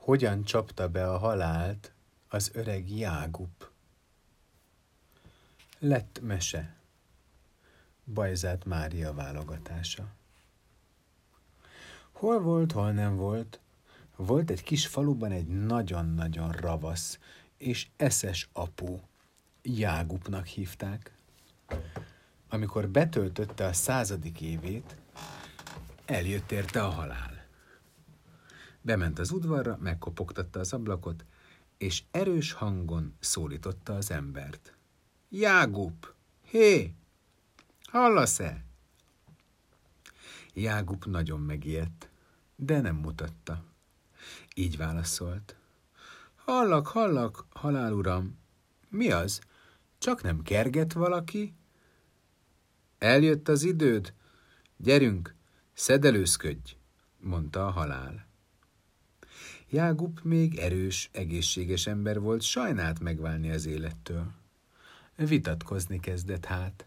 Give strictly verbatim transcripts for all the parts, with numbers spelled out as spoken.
Hogyan csapta be a halált az öreg Jágup? Lett mese. Bajzát Mária válogatása. Hol volt, hol nem volt, volt egy kis faluban egy nagyon-nagyon ravasz és eszes apu. Jágupnak hívták. Amikor betöltötte a századik évét, eljött érte a halál. Bement az udvarra, megkopogtatta az ablakot, és erős hangon szólította az embert. Jágup! Hé! Hallasz-e? Jágup nagyon megijedt, de nem mutatta. Így válaszolt. Hallak, hallak, haláluram. Mi az? Csak nem kerget valaki? Eljött az időd? Gyerünk, szedelőzködj, mondta a halál. Jágup még erős, egészséges ember volt, sajnált megválni az élettől. Vitatkozni kezdett hát.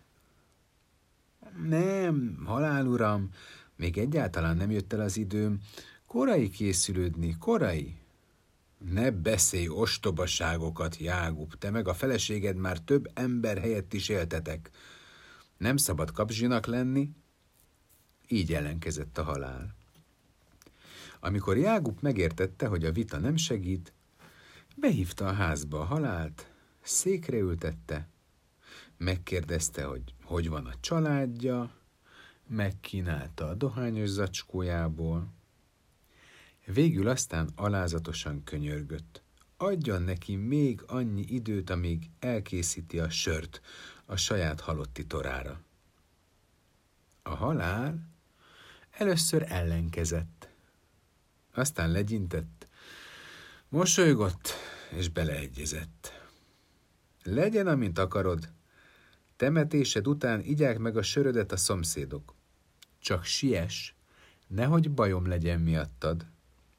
Nem, haláluram, még egyáltalán nem jött el az időm. Korai készülődni, korai. Ne beszélj ostobaságokat, Jágup, te meg a feleséged már több ember helyett is éltetek. Nem szabad kapzsinak lenni? Így ellenkezett a halál. Amikor Jágup megértette, hogy a vita nem segít, behívta a házba a halált, székre ültette, megkérdezte, hogy hogy van a családja, megkínálta a dohányos zacskójából. Végül aztán alázatosan könyörgött. Adjon neki még annyi időt, amíg elkészíti a sört a saját halotti torára. A halál először ellenkezett, aztán legyintett, mosolygott és beleegyezett. Legyen, amint akarod, temetésed után igyák meg a sörödet a szomszédok. Csak siess, nehogy bajom legyen miattad.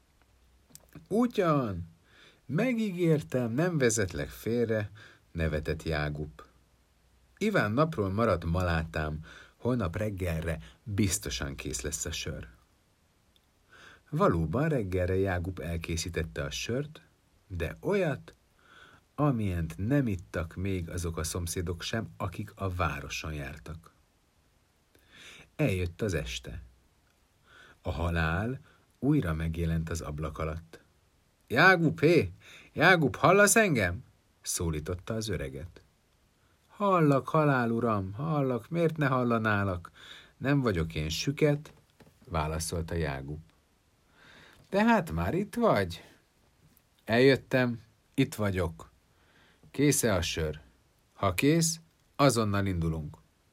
Ugyan, megígértem, nem vezetlek félre, nevetett Jágup. Iván napról maradt malátám, holnap reggelre biztosan kész lesz a sör. Valóban reggelre Jágup elkészítette a sört, de olyat, amilyent nem ittak még azok a szomszédok sem, akik a városon jártak. Eljött az este. A halál újra megjelent az ablak alatt. Jágup, hé! Jágup, hallasz engem? Szólította az öreget. Hallak, halál uram, hallak, miért ne hallanálak? Nem vagyok én süket, válaszolta Jágup. De hát már itt vagy? Eljöttem, itt vagyok. Kész-e a sör? Ha kész, azonnal indulunk.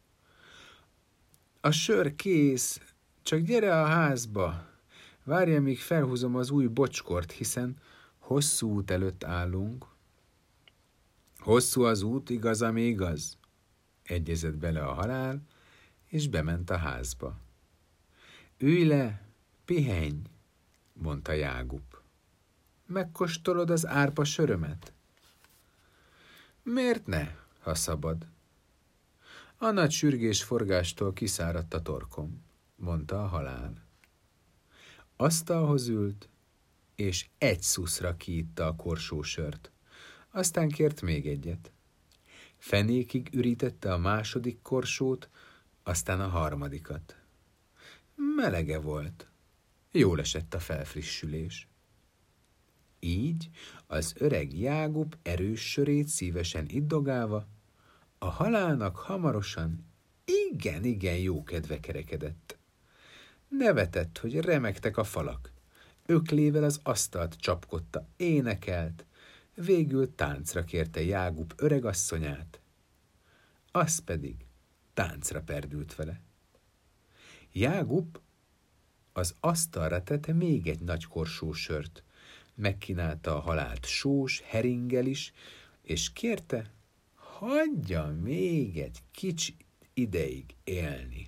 A sör kész, csak gyere a házba. Várja, míg felhúzom az új bocskort, hiszen hosszú út előtt állunk. Hosszú az út, igaz, ami igaz? Egyezett bele a halál, és bement a házba. Ülj le, pihenj, mondta Jágup. Megkóstolod az árpa sörömet? Miért ne, ha szabad? A nagy sürgés forgástól kiszáradt a torkom, mondta a halál. Asztalhoz ült, és egy szuszra kiitta a korsósört. Aztán kért még egyet. Fenékig ürítette a második korsót, aztán a harmadikat. Melege volt. Jól esett a felfrissülés. Így az öreg Jágup erős sörét szívesen iddogálva, a halálnak hamarosan igen-igen jó kedve kerekedett. Nevetett, hogy remegtek a falak. Öklével az asztalt csapkodta, énekelt, végül táncra kérte Jágup öregasszonyát, az pedig táncra perdült vele. Jágup az asztalra tette még egy nagy korsó sört, megkínálta a halált sós heringgel is, és kérte, hagyja még egy kicsit ideig élni.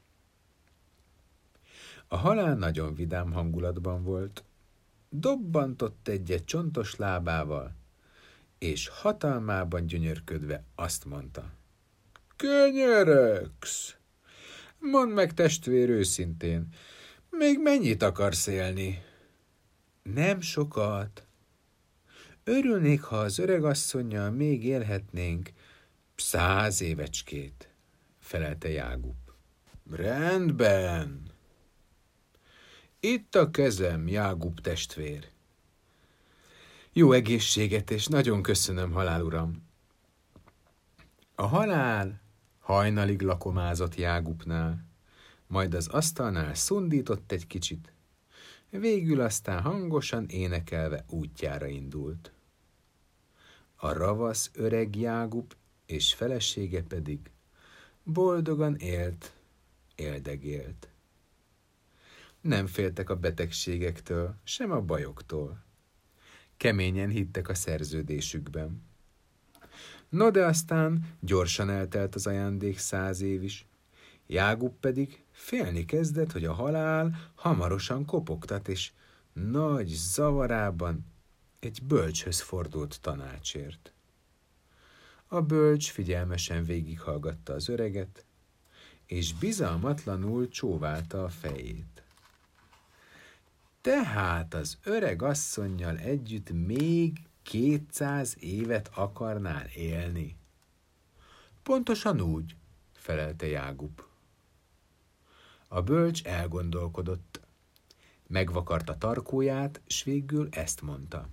A halál nagyon vidám hangulatban volt, dobbantott egyet csontos lábával, és hatalmában gyönyörködve azt mondta. Könyörögsz! Mondd meg, testvér, őszintén, még mennyit akarsz élni? Nem sokat. Örülnék, ha az öregasszonnyal még élhetnénk száz évecskét, felelte Jágub. Rendben. Itt a kezem, Jágub testvér. Jó egészséget, és nagyon köszönöm, halál uram. A halál hajnalig lakomázott Jágubnál, majd az asztalnál szundított egy kicsit, végül aztán hangosan énekelve útjára indult. A ravasz öreg Jágub és felesége pedig boldogan élt, éldegélt. Nem féltek a betegségektől, sem a bajoktól. Keményen hittek a szerződésükben. No, de aztán gyorsan eltelt az ajándék száz év is. Jágub pedig félni kezdett, hogy a halál hamarosan kopogtat, és nagy zavarában egy bölcshöz fordult tanácsért. A bölcs figyelmesen végighallgatta az öreget, és bizalmatlanul csóválta a fejét. Tehát az öreg asszonnyal együtt még kétszáz évet akarnál élni? Pontosan úgy, felelte Jágub. A bölcs elgondolkodott, megvakarta tarkóját, s végül ezt mondta.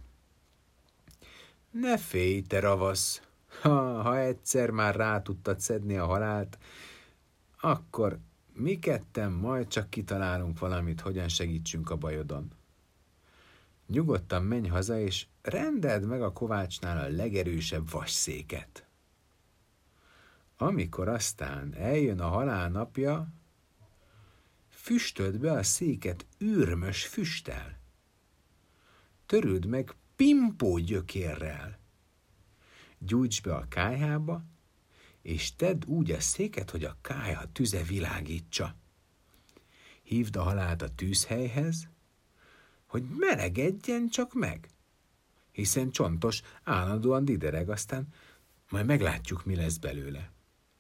Ne félj, te ravasz, ha, ha egyszer már rá tudtad szedni a halált, akkor mi ketten majd csak kitalálunk valamit, hogyan segítsünk a bajodon. Nyugodtan menj haza, és rendeld meg a kovácsnál a legerősebb vasszéket. Amikor aztán eljön a halál napja, füstöld be a széket űrmös füsttel. Törüld meg pimpó gyökérrel. Gyújtsd be a kályhába, és tedd úgy a széket, hogy a kályha tüze világítsa. Hívd a halált a tűzhelyhez, hogy melegedjen csak meg, hiszen csontos, állandóan didereg, aztán majd meglátjuk, mi lesz belőle.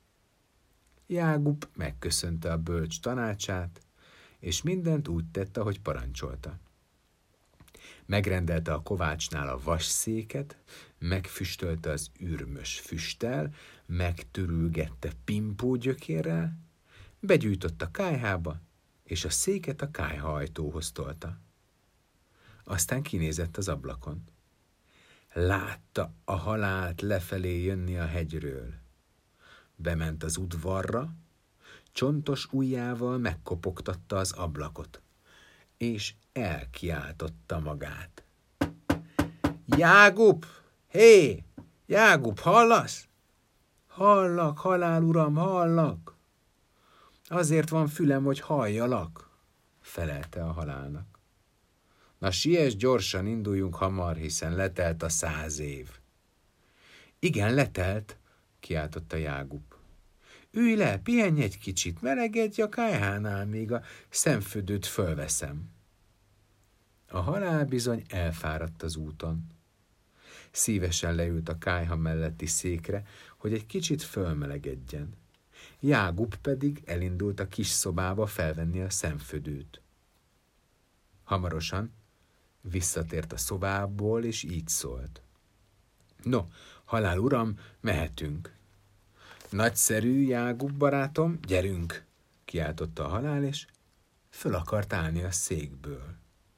Jágub megköszönte a bölcs tanácsát, és mindent úgy tette, ahogy parancsolta. Megrendelte a kovácsnál a vasszéket, megfüstölte az ürmös füsttel, megtörülgette pimpó gyökérrel, begyújtott a kályhába, és a széket a kályha ajtóhoz tolta. Aztán kinézett az ablakon. Látta a halált lefelé jönni a hegyről. Bement az udvarra, csontos ujjával megkopogtatta az ablakot, és elkiáltotta magát. Jágub! Hé! Jágub, hallasz? Hallak, halál uram, hallak! Azért van fülem, hogy halljalak, felelte a halálnak. Na siess gyorsan, induljunk hamar, hiszen letelt a száz év. Igen, letelt, kiáltotta Jágub. Ülj le, pihenj egy kicsit, melegedj a kályhánál, még a szemfödőt fölveszem. A halál bizony elfáradt az úton. Szívesen leült a kályha melletti székre, hogy egy kicsit fölmelegedjen. Jágub pedig elindult a kis szobába felvenni a szemfödőt. Hamarosan visszatért a szobából, és így szólt. No, halál uram, mehetünk. Nagyszerű, Jágub barátom, gyerünk, kiáltotta a halál, és föl akart állni a székből.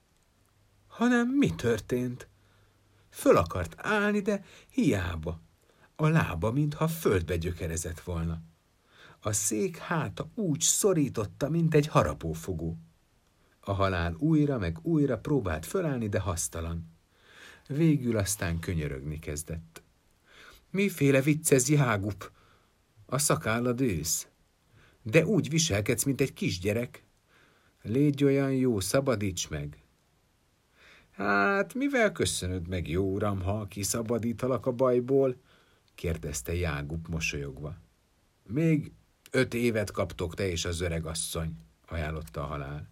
Hanem mi történt? Föl akart állni, de hiába. A lába, mintha földbe gyökerezett volna. A szék háta úgy szorította, mint egy harapófogó. A halál újra meg újra próbált fölállni, de hasztalan. Végül aztán könyörögni kezdett. Miféle vicc ez, Jágub? A szakállad ősz. De úgy viselkedsz, mint egy kisgyerek. Légy olyan jó, szabadíts meg. Hát, mivel köszönöd meg, jó uram, ha kiszabadítalak a bajból? Kérdezte Jágub mosolyogva. Még öt évet kaptok te és az öreg asszony, ajánlotta a halál.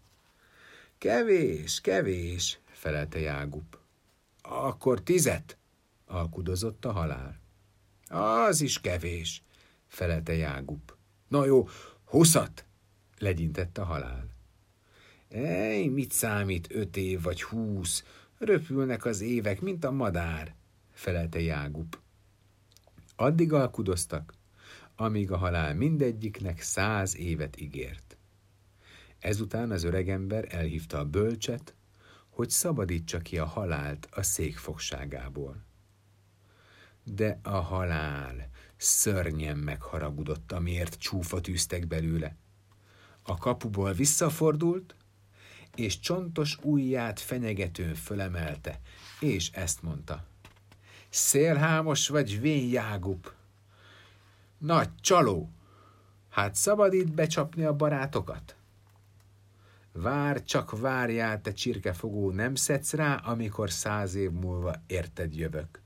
Kevés, kevés, felelte Jágub. Akkor tizet, alkudozott a halál. Az is kevés, felelte Jágub. Na jó, huszat, legyintett a halál. Ej, mit számít öt év vagy húsz? Röpülnek az évek, mint a madár, felelte Jágub. Addig alkudoztak, amíg a halál mindegyiknek száz évet ígért. Ezután az öregember elhívta a bölcset, hogy szabadítsa ki a halált a székfogságából. De a halál szörnyen megharagudott, amiért csúfot űztek belőle. A kapuból visszafordult, és csontos ujját fenyegetőn fölemelte, és ezt mondta: szélhámos vagy, vén Jágub! Nagy csaló! Hát szabad itt becsapni a barátokat? Vár, csak várjál, te csirkefogó, nem szedsz rá, amikor száz év múlva érted jövök.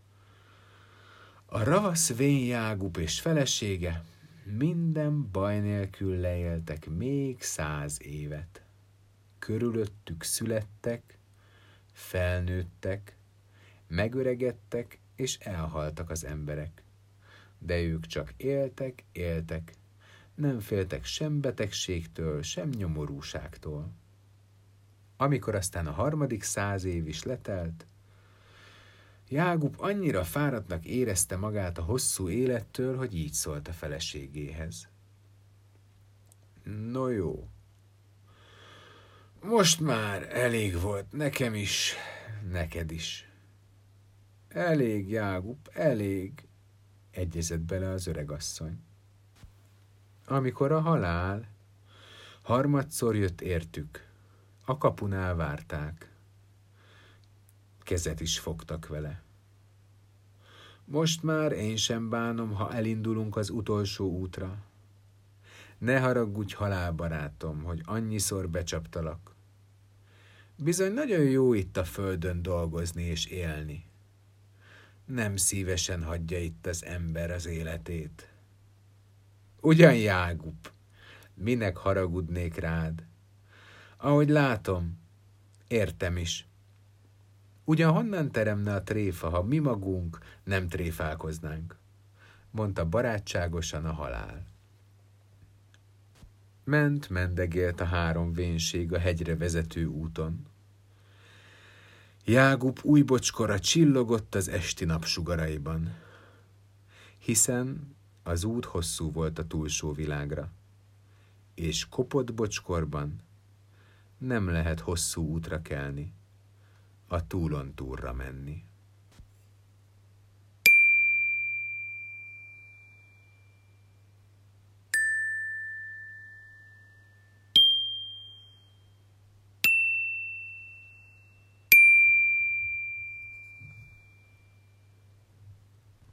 A ravasz vén Jágub és felesége minden baj nélkül leéltek még száz évet. Körülöttük születtek, felnőttek, megöregedtek és elhaltak az emberek. De ők csak éltek, éltek, nem féltek sem betegségtől, sem nyomorúságtól. Amikor aztán a harmadik száz év is letelt, Jágub annyira fáradtnak érezte magát a hosszú élettől, hogy így szólt a feleségéhez: no jó, most már elég volt nekem is, neked is. Elég, Jágub, elég, egyezett bele az öregasszony. Amikor a halál harmadszor jött értük, a kapunál várták. Kezet is fogtak vele. Most már én sem bánom, ha elindulunk az utolsó útra. Ne haragudj, halálbarátom, hogy annyiszor becsaptalak. Bizony nagyon jó itt a földön dolgozni és élni. Nem szívesen hagyja itt az ember az életét. Ugyan, Jágub, minek haragudnék rád? Ahogy látom, értem is. Ugyan honnan teremne a tréfa, ha mi magunk nem tréfálkoznánk? Mondta barátságosan a halál. Ment, mendegélt a három vénség a hegyre vezető úton. Jágub új bocskora csillogott az esti napsugaraiban, hiszen az út hosszú volt a túlsó világra, és kopott bocskorban nem lehet hosszú útra kelni, a túlon túlra menni.